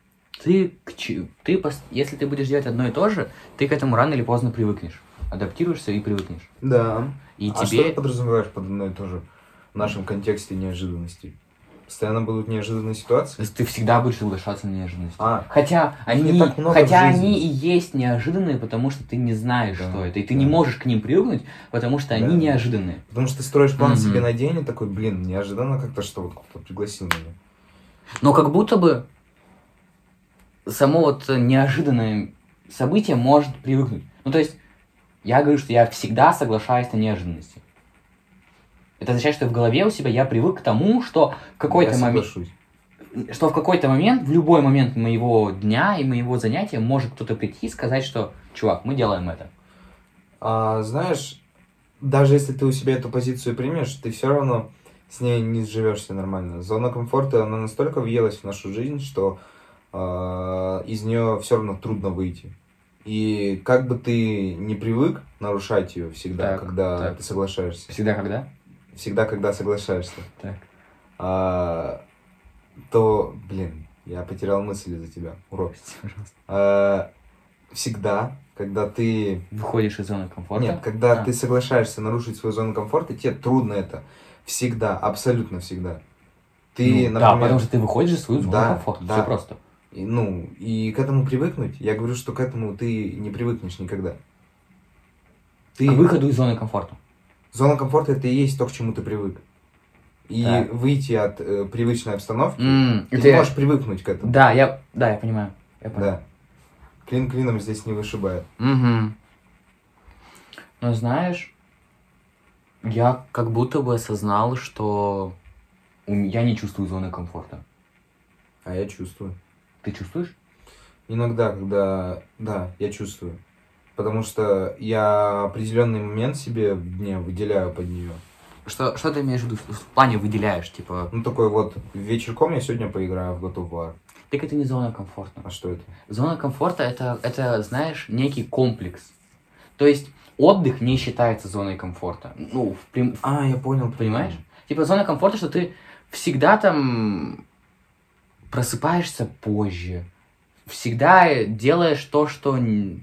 если ты будешь делать одно и то же, ты к этому рано или поздно привыкнешь. Адаптируешься и привыкнешь. Да. И что ты подразумеваешь под одно и то же в нашем контексте неожиданностей? Постоянно будут неожиданные ситуации? Ты всегда будешь соглашаться на неожиданности. Хотя они и есть неожиданные, потому что ты не знаешь, что это. И ты не можешь к ним привыкнуть, потому что они неожиданные. Потому что ты строишь план себе на день и такой, блин, неожиданно как-то, что вот кто-то пригласил меня. Но как будто бы само вот неожиданное событие может привыкнуть. Ну, то есть, я говорю, что я всегда соглашаюсь на неожиданности. Это означает, что в голове у себя я привык к тому, что в какой-то момент, в любой момент моего дня и моего занятия может кто-то прийти и сказать, что, чувак, мы делаем это. Знаешь, даже если ты у себя эту позицию примешь, ты все равно с ней не сживешься нормально. Зона комфорта, она настолько въелась в нашу жизнь, что из нее все равно трудно выйти. И как бы ты не привык нарушать ее всегда, когда ты соглашаешься. Всегда когда? Всегда, когда соглашаешься. Так. То, блин, я потерял мысль из-за тебя. Урок. Всегда, когда ты... Выходишь из зоны комфорта? Нет, когда ты соглашаешься нарушить свою зону комфорта, тебе трудно это. Всегда, абсолютно всегда. Ты, например... Да, потому что ты выходишь из свою зону комфорта. Да. Все просто. И к этому привыкнуть, я говорю, что к этому ты не привыкнешь никогда. К выходу из зоны комфорта. Зона комфорта — это и есть то, к чему ты привык. И выйти от привычной обстановки, ты не можешь привыкнуть к этому. Да, я понимаю. Да. Клин клином здесь не вышибает. Но знаешь, я как будто бы осознал, что я не чувствую зоны комфорта. А я чувствую. Ты чувствуешь? Иногда, когда... Да, я чувствую. Потому что я определенный момент себе в дне выделяю под нее. Что ты имеешь в виду? В плане выделяешь, типа... Такой вот, вечерком я сегодня поиграю в God of War. Так это не зона комфорта. А что это? Зона комфорта это, знаешь, некий комплекс. То есть отдых не считается зоной комфорта. Я понял. Понимаешь? Типа зона комфорта, что ты всегда там просыпаешься позже. Всегда делаешь то, что...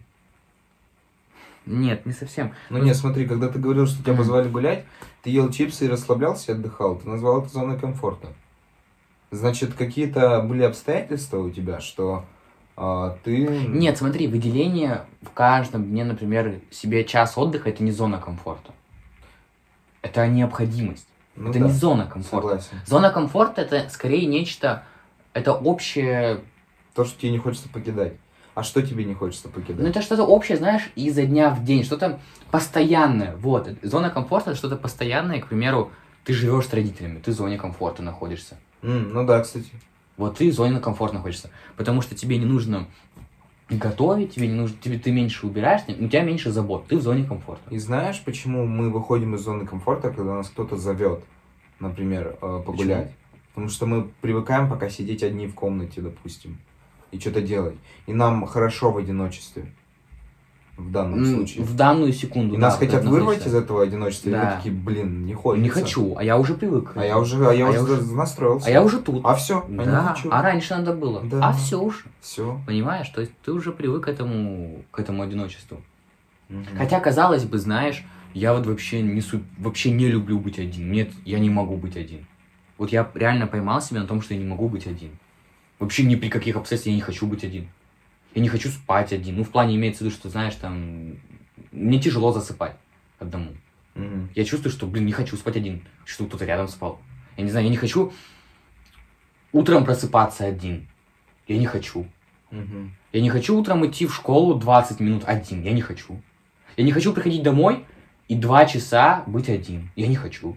Нет, не совсем. Нет, смотри, когда ты говорил, что тебя позвали гулять, ты ел чипсы и расслаблялся и отдыхал, ты назвал это зоной комфорта. Значит, какие-то были обстоятельства у тебя, что ты... Нет, смотри, выделение в каждом дне, например, себе час отдыха, это не зона комфорта. Это необходимость. Это не зона комфорта. Согласен. Зона комфорта это скорее нечто, это общее... То, что тебе не хочется покидать. А что тебе не хочется покидать? Это что-то общее, знаешь, изо дня в день, что-то постоянное. Вот, зона комфорта это что-то постоянное, к примеру, ты живешь с родителями, ты в зоне комфорта находишься. Да, кстати. Вот ты в зоне комфорта находишься, потому что тебе не нужно готовить, ты меньше убираешь, у тебя меньше забот, ты в зоне комфорта. И знаешь, почему мы выходим из зоны комфорта, когда нас кто-то зовет, например, погулять? Почему? Потому что мы привыкаем пока сидеть одни в комнате, допустим, и что-то делать. И нам хорошо в одиночестве. В данном случае. В данную секунду. И нас хотят вырвать из этого одиночества, и мы такие, блин, не хочется. Не хочу, а я уже привык. А я уже настроился. А я уже тут. А все, да. Не хочу. А раньше надо было. Да. А все уже. Все. Понимаешь? То есть ты уже привык к этому одиночеству. Хотя, казалось бы, знаешь, я вот вообще не люблю быть один. Нет, я не могу быть один. Вот я реально поймал себя на том, что я не могу быть один. Вообще ни при каких обстоятельствах я не хочу быть один. Я не хочу спать один. Ну, в плане имеется в виду, что, знаешь, там... Мне тяжело засыпать одному. Я чувствую, что, не хочу спать один. Что кто-то рядом спал. Я не знаю, я не хочу утром просыпаться один. Я не хочу. Я не хочу утром идти в школу 20 минут один. Я не хочу. Я не хочу приходить домой и 2 часа быть один. Я не хочу.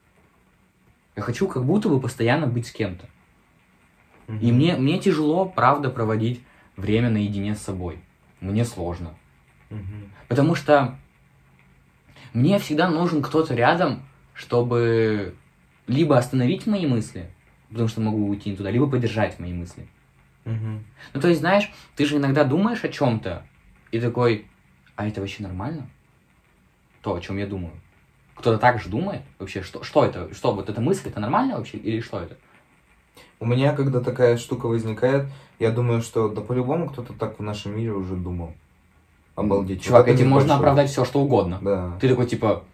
Я хочу как будто бы постоянно быть с кем-то. И мне тяжело, правда, проводить время наедине с собой. Мне сложно. Потому что мне всегда нужен кто-то рядом, чтобы либо остановить мои мысли, потому что могу уйти не туда, либо поддержать мои мысли. Ну, то есть, знаешь, ты же иногда думаешь о чем-то, и такой, а это вообще нормально? То, о чем я думаю. Кто-то так же думает? Вообще, что это? Что, вот эта мысль, это нормально вообще? Или что это? У меня, когда такая штука возникает, я думаю, что да по-любому кто-то так в нашем мире уже думал. Обалдеть. Чувак, вот этим можно оправдать все, что угодно. Да. Ты такой, типа,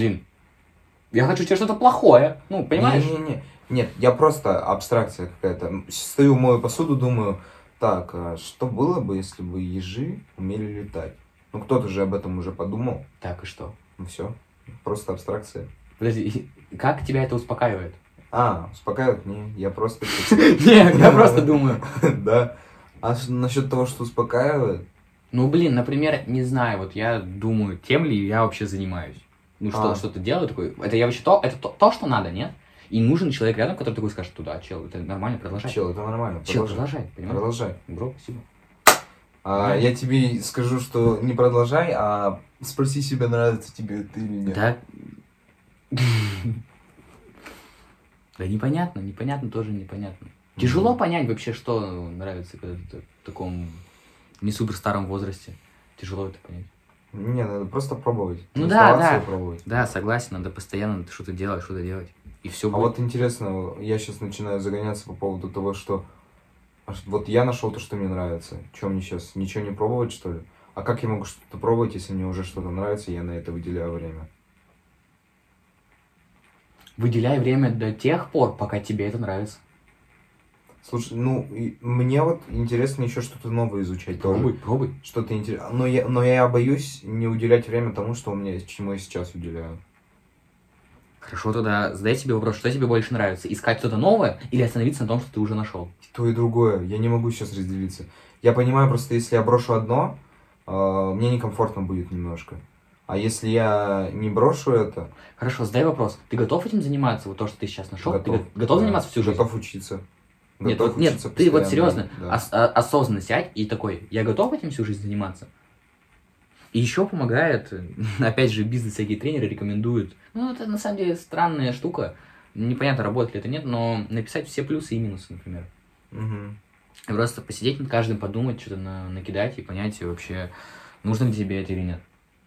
я хочу тебе что-то плохое. Ну, понимаешь? Нет, я просто абстракция какая-то. Стою, мою посуду, думаю, так, а что было бы, если бы ежи умели летать? Ну, кто-то же об этом уже подумал. Так, и что? Ну, все. Просто абстракция. Подожди, как тебя это успокаивает? Успокаивает? Не, я просто... Нет, я просто думаю. Да. А насчет того, что успокаивает? Ну, например, не знаю, вот я думаю, тем ли я вообще занимаюсь. Ну, что-то делаю такое. Это я вообще то, что надо, нет? И нужен человек рядом, который такой скажет, туда, чел, это нормально, продолжай. Чел, это нормально, продолжай, понимаешь? Продолжай. Бро, спасибо. Я тебе скажу, что не продолжай, а спроси себя, нравится тебе это или нет. Да. Да непонятно, тоже непонятно. Тяжело понять вообще, что нравится, когда ты в таком не супер старом возрасте. Тяжело это понять. Не, надо просто пробовать. Ну да. Пробовать. Да, согласен, надо постоянно что-то делать. И все будет. Вот интересно, я сейчас начинаю загоняться по поводу того, что вот я нашел то, что мне нравится. Что мне сейчас, ничего не пробовать, что ли? А как я могу что-то пробовать, если мне уже что-то нравится, и я на это выделяю время? Выделяй время до тех пор, пока тебе это нравится. Слушай, мне вот интересно еще что-то новое изучать. Пробуй. Что-то интересное. Но я боюсь не уделять время тому, что у меня, чему я сейчас уделяю. Хорошо, тогда задай себе вопрос, что тебе больше нравится? Искать что-то новое или остановиться на том, что ты уже нашел? То и другое. Я не могу сейчас разделиться. Я понимаю, просто если я брошу одно, мне некомфортно будет немножко. А если я не брошу это... Хорошо, задай вопрос. Ты готов этим заниматься? Вот то, что ты сейчас нашел? Готов. Ты готов заниматься всю жизнь? Готов учиться. Нет, ты вот серьезно, да. Осознанно сядь и такой, я готов этим всю жизнь заниматься? И еще помогает, опять же, бизнес всякие тренеры рекомендуют. Ну, это на самом деле странная штука. Непонятно, работает ли это, нет, но написать все плюсы и минусы, например. И просто посидеть над каждым, подумать, что-то накидать и понять вообще, нужно ли тебе это или нет.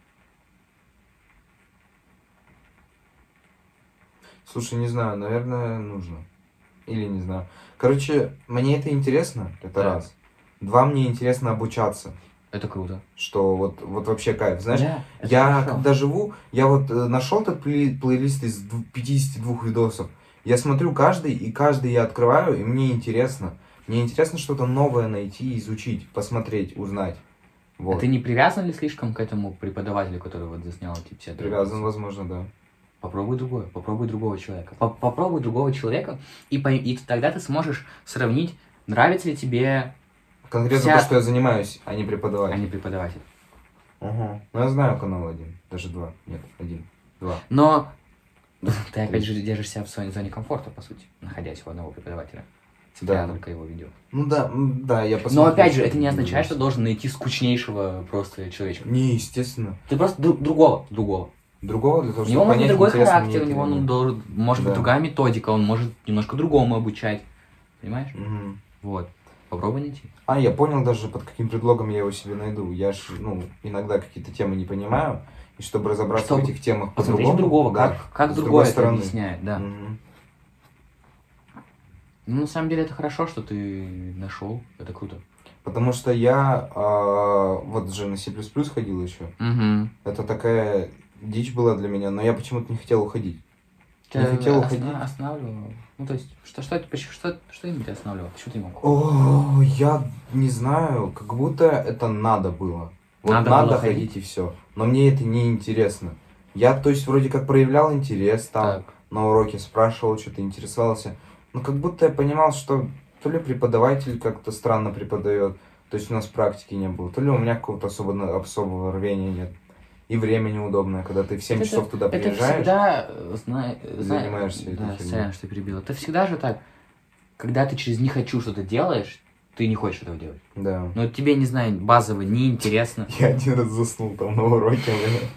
Слушай, не знаю, наверное, нужно. Или не знаю. Короче, мне это интересно, это раз. 2, мне интересно обучаться. Это круто. Что вот вообще кайф. Знаешь, да, я когда живу, я вот нашел этот плейлист из 52 видосов. Я смотрю каждый, и каждый я открываю, и мне интересно. Мне интересно что-то новое найти, изучить, посмотреть, узнать. Вот. А ты не привязан ли слишком к этому преподавателю, который вот заснял эти все? Привязан, возможно, да. Попробуй другого человека. Попробуй другого человека, и тогда ты сможешь сравнить, нравится ли тебе... Конкретно то, что я занимаюсь, а не преподаватель. А не преподаватель. Угу. Ну, я знаю канал 1, даже 2. Нет, 1, 2. Но ты опять же держишься в своей зоне комфорта, по сути, находясь у одного преподавателя. Тебя только его видео. Ну да, я посмотрю. Но опять же, это не означает, что должен найти скучнейшего просто человечка. Не, естественно. Ты просто другого. Другого для того, чтобы у него может быть другой характер, у него может быть да. другая методика, он может немножко другому обучать. Понимаешь? Угу. Вот. Попробуй найти. Я понял даже, под каким предлогом я его себе найду. Я ж, иногда какие-то темы не понимаю, и чтобы разобраться в этих темах по-другому. Другого, да, как другое это объясняет, да. Угу. Ну, на самом деле, это хорошо, что ты нашел. Это круто. Потому что я вот же на C++ ходил еще. Угу. Это такая дичь была для меня, но я почему-то не хотел уходить. Не хотел уходить. Останавливал? Ну, то есть, что именно тебя останавливало? Почему ты не мог? О, я не знаю, как будто это надо было. Вот надо ходить и все. Но мне это не интересно. Я, то есть, вроде как проявлял интерес там, на уроке спрашивал, что-то интересовался. Но как будто я понимал, что то ли преподаватель как-то странно преподает, то есть у нас практики не было, то ли у меня какого-то особого рвения нет. И время неудобное, когда ты в 7 часов туда приезжаешь. Это всегда, занимаешься этой херней. Что перебил. Это всегда же так, когда ты через «не хочу» что-то делаешь, ты не хочешь этого делать. Да. Но тебе, не знаю, базово неинтересно. Я один раз заснул там на уроке.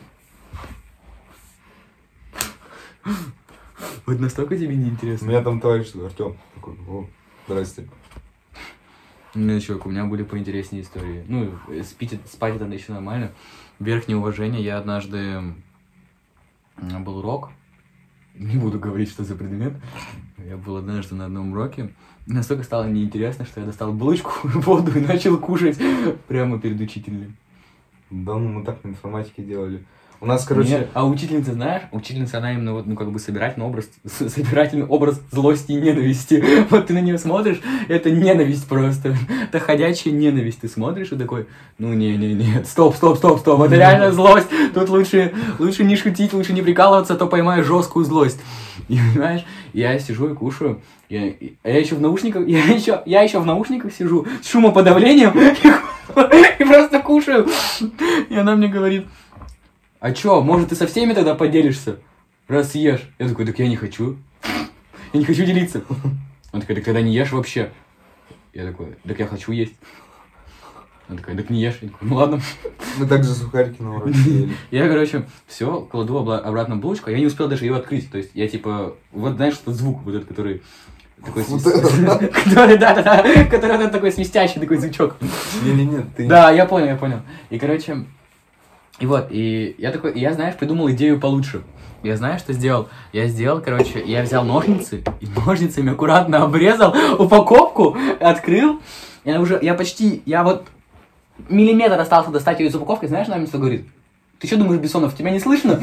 Вот настолько тебе неинтересно. У меня там товарищ Артем такой: о, здрасте. Ну, чувак, у меня были поинтереснее истории. Ну, спать это еще нормально. Верхнее уважение. Я однажды... У меня был урок. Не буду говорить, что за предмет. Я был однажды на одном уроке. Настолько стало неинтересно, что я достал булочку, воду и начал кушать прямо перед учителем. Да, ну мы так на информатике делали. У нас, короче... Нет, а учительница, знаешь, учительница, она именно вот, ну, как бы собирательный образ злости и ненависти. Вот ты на нее смотришь, это ненависть просто. Это ходячая ненависть. Ты смотришь и такой, ну, не, стоп, это реально злость. Тут лучше не шутить, лучше не прикалываться, а то поймаешь жесткую злость. И, понимаешь, я сижу и кушаю. Я еще в наушниках, я еще в наушниках сижу с шумоподавлением и просто кушаю. И она мне говорит: а чё, может, ты со всеми тогда поделишься, раз ешь? Я такой: так я не хочу. Я не хочу делиться. Он такой: так тогда не ешь вообще. Я такой: так я хочу есть. Он такой: так не ешь. Я такой: ну ладно. Мы также сухарики на уроке ели. Я, короче, все, кладу обратно булочку, а я не успел даже ее открыть. То есть я типа, вот знаешь, этот звук, вот этот, который... Такой который, да, который такой свистящий, такой звучок. Не, ты... Да, я понял. И, короче... И вот, и я такой, я, знаешь, придумал идею получше. Я знаю, что сделал? Я взял ножницы, и ножницами аккуратно обрезал упаковку, открыл. Я вот миллиметр остался достать ее из упаковки. Знаешь, она мне что говорит? Ты что думаешь, Бессонов, тебя не слышно?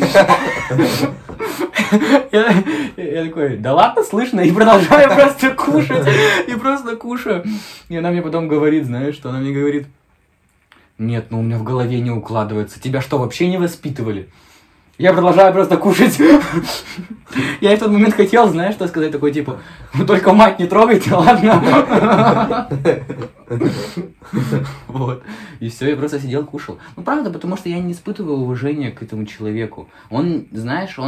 Я такой: да ладно, слышно, и продолжаю просто кушать. И просто кушаю. И она мне потом говорит, знаешь, что она мне говорит: нет, ну у меня в голове не укладывается. Тебя что, вообще не воспитывали? Я продолжаю просто кушать. Я в тот момент хотел, знаешь, что сказать, такой типа: ну только мать не трогайте, ладно? Вот. И все, я просто сидел, кушал. Ну правда, потому что я не испытываю уважения к этому человеку. Он, знаешь,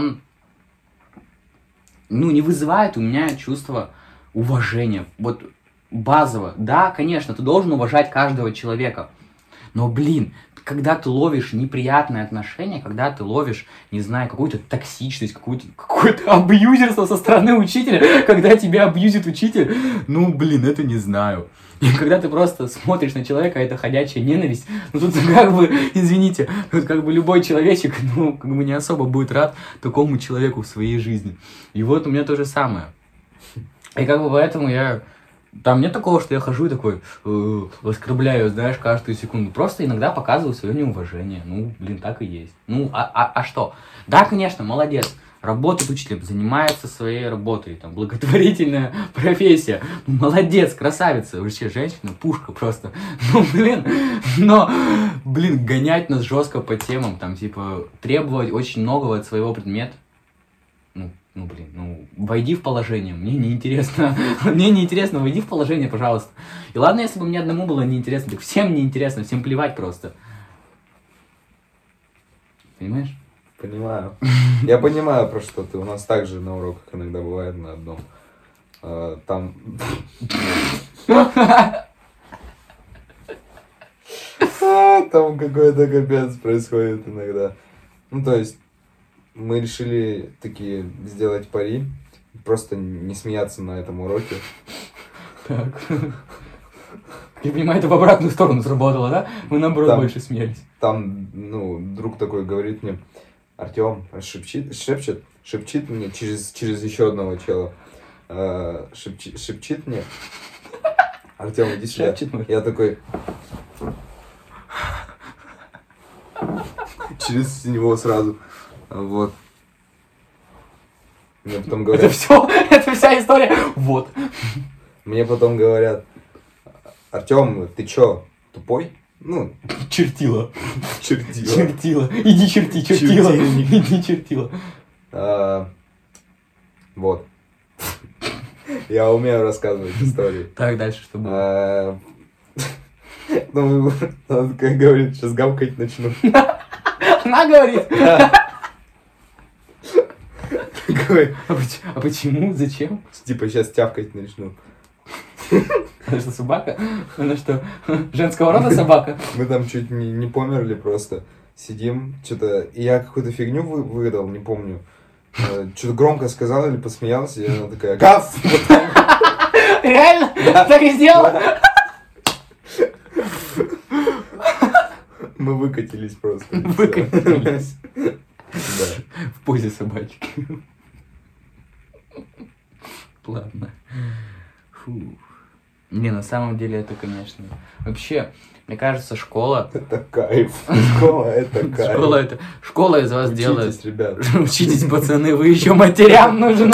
не вызывает у меня чувство уважения. Вот базово. Да, конечно, ты должен уважать каждого человека. Но, блин, когда ты ловишь неприятные отношения, когда ты ловишь, не знаю, какую-то токсичность, какое-то абьюзерство со стороны учителя, когда тебя абьюзит учитель, ну, блин, это не знаю. И когда ты просто смотришь на человека, это ходячая ненависть, ну, тут как бы, извините, тут как бы любой человечек, ну, как бы не особо будет рад такому человеку в своей жизни. И вот у меня то же самое. И как бы поэтому там нет такого, что я хожу и такой оскорбляю, знаешь, каждую секунду. Просто иногда показываю свое неуважение. Ну, блин, так и есть. Ну, а что? Да, конечно, молодец. Работает учителем, занимается своей работой. Там, благотворительная профессия. Ну, молодец, красавица. Вообще, женщина, пушка просто. Ну, блин, гонять нас жестко по темам. Там, типа, требовать очень многого от своего предмета. Войди в положение, мне неинтересно. Мне неинтересно, войди в положение, пожалуйста. И ладно, если бы мне одному было неинтересно, так всем неинтересно, всем плевать просто. Понимаешь? Понимаю. Я понимаю, про что ты. У нас также на уроках иногда бывает на одном. Там... Там какой-то капец происходит иногда. Ну, то есть... Мы решили такие сделать пари, просто не смеяться на этом уроке. Так. Я понимаю, это в обратную сторону сработало, да? Мы наоборот больше смеялись. Там, друг такой говорит мне: Артем шепчет мне через еще одного чела, шепчет мне: Артем, иди сюда. Шепчет мой. Я такой... Через него сразу. Вот. Мне потом говорят... Это все, это вся история. Вот. Мне потом говорят: Артем, ты чё, тупой? Ну, Чертила. чертила. Чертила. Иди черти, чертила. Чертильник. Иди чертила. Вот. Я умею рассказывать истории. Так, дальше что было? Ну, он как говорит, сейчас гавкать начну. Она говорит. Такой, А почему? Зачем? типа, сейчас тявкать начну. Она что, собака? Она что, женского рода собака? Мы там чуть не померли просто. Сидим, что-то... И я какую-то фигню выдал, не помню. Что-то громко сказал или посмеялся, и она такая: гав! Вот так. Реально? Так и сделала? Мы выкатились просто. Выкатились. Да. В позе собачки. Ладно. Фу. Не, на самом деле это, конечно... Вообще, мне кажется, школа... Это кайф. Школа это кайф. Школа из вас делает... Учитесь, ребят. Учитесь, пацаны, вы еще матерям нужны.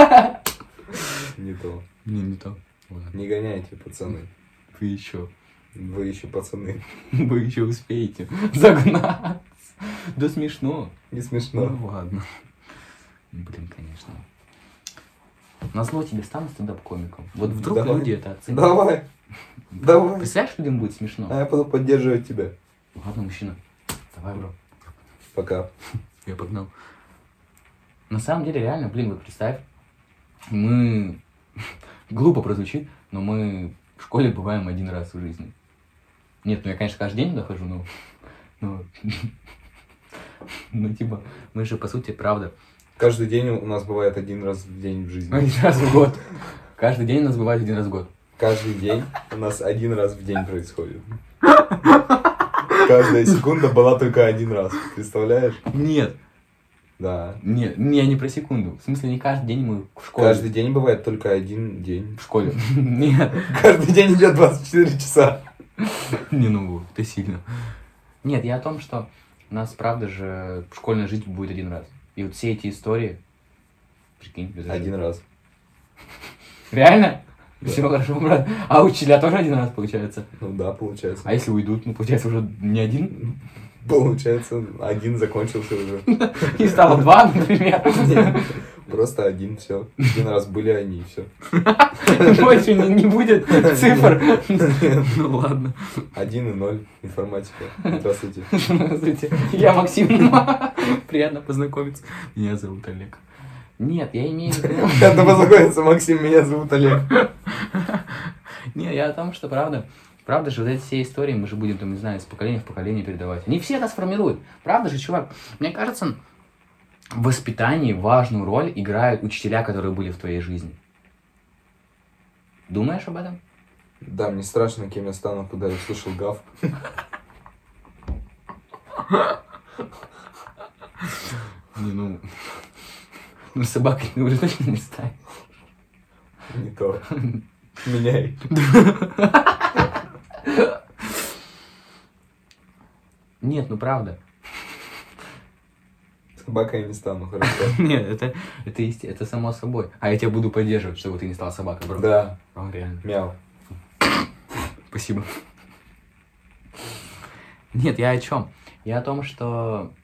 Не то. Не то. Ладно. Не гоняйте, пацаны. Вы еще пацаны. Вы еще успеете загнаться. Да смешно. Не смешно. Ну ладно. Блин, конечно. Назло тебе стану стендап-комиком. Вот вдруг Давай. люди это оценят. Давай. Представляешь, людям будет смешно? А я буду поддерживать тебя. Ладно, мужчина. Давай, бро. Пока. Я погнал. На самом деле, реально, блин, вот представь, мы... Глупо прозвучит, но мы в школе бываем один раз в жизни. Нет, ну я, конечно, каждый день туда хожу, но... Ну, типа, мы же, по сути, правда... Каждый день у нас бывает один раз в день в жизни. Один раз в год. Каждый день у нас бывает один раз в год. Каждый день у нас один раз в день происходит. Каждая секунда была только один раз. Представляешь? Нет. Да. Нет, я не про секунду. В смысле, не каждый день мы в школе. Каждый день бывает только один день. В школе. Нет. Каждый день идет 24 часа. Не, ну, ты сильно. Нет, я о том, что у нас, правда же, школьная жизнь будет один раз. И вот все эти истории... Прикинь, без Один раз. Реально? Да. Все хорошо, брат. А учителя тоже один раз, получается? Ну да, получается. А если уйдут, ну, получается, уже не один? Получается, один закончился уже. И стало два, например. Просто один, все. Один раз были они, и все. Больше не будет цифр. Ну ладно. 1 и 0. Информатика. Здравствуйте. Здравствуйте. Я Максим. Приятно познакомиться. Меня зовут Олег. Нет, я имею в виду... Приятно познакомиться, Максим. Меня зовут Олег. Не, я о том, что правда же, вот эти все истории мы же будем, там, не знаю, из поколения в поколение передавать. Они все нас формируют. Правда же, чувак? Мне кажется, в воспитании важную роль играют учителя, которые были в твоей жизни. Думаешь об этом? Да, мне страшно, кем я стану, когда я услышал гав. Не, ну собакой ты уже точно не станешь. Не то. Меняй. Нет, ну правда. Собакой я не стану, хорошо. Нет, это само собой. А я тебя буду поддерживать, чтобы ты не стал собакой, бро. Да. О, реально. Мяу. Спасибо. Нет, я о чем? Я о том, что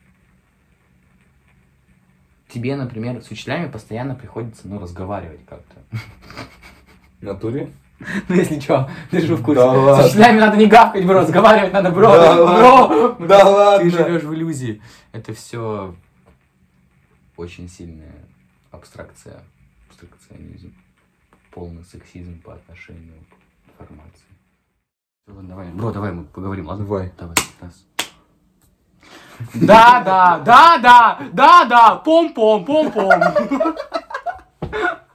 тебе, например, с учителями постоянно приходится, разговаривать как-то. В натуре? Ну, если что, ты же в курсе. Да ладно. С учителями надо не гавкать, бро, разговаривать надо, бро. Да Бро! Да ладно. Ты живешь в иллюзии. Это все очень сильная абстракционизм. Полный сексизм по отношению к информации. Давай, бро, давай мы поговорим, ладно? Давай. Раз. Да, пом-пом.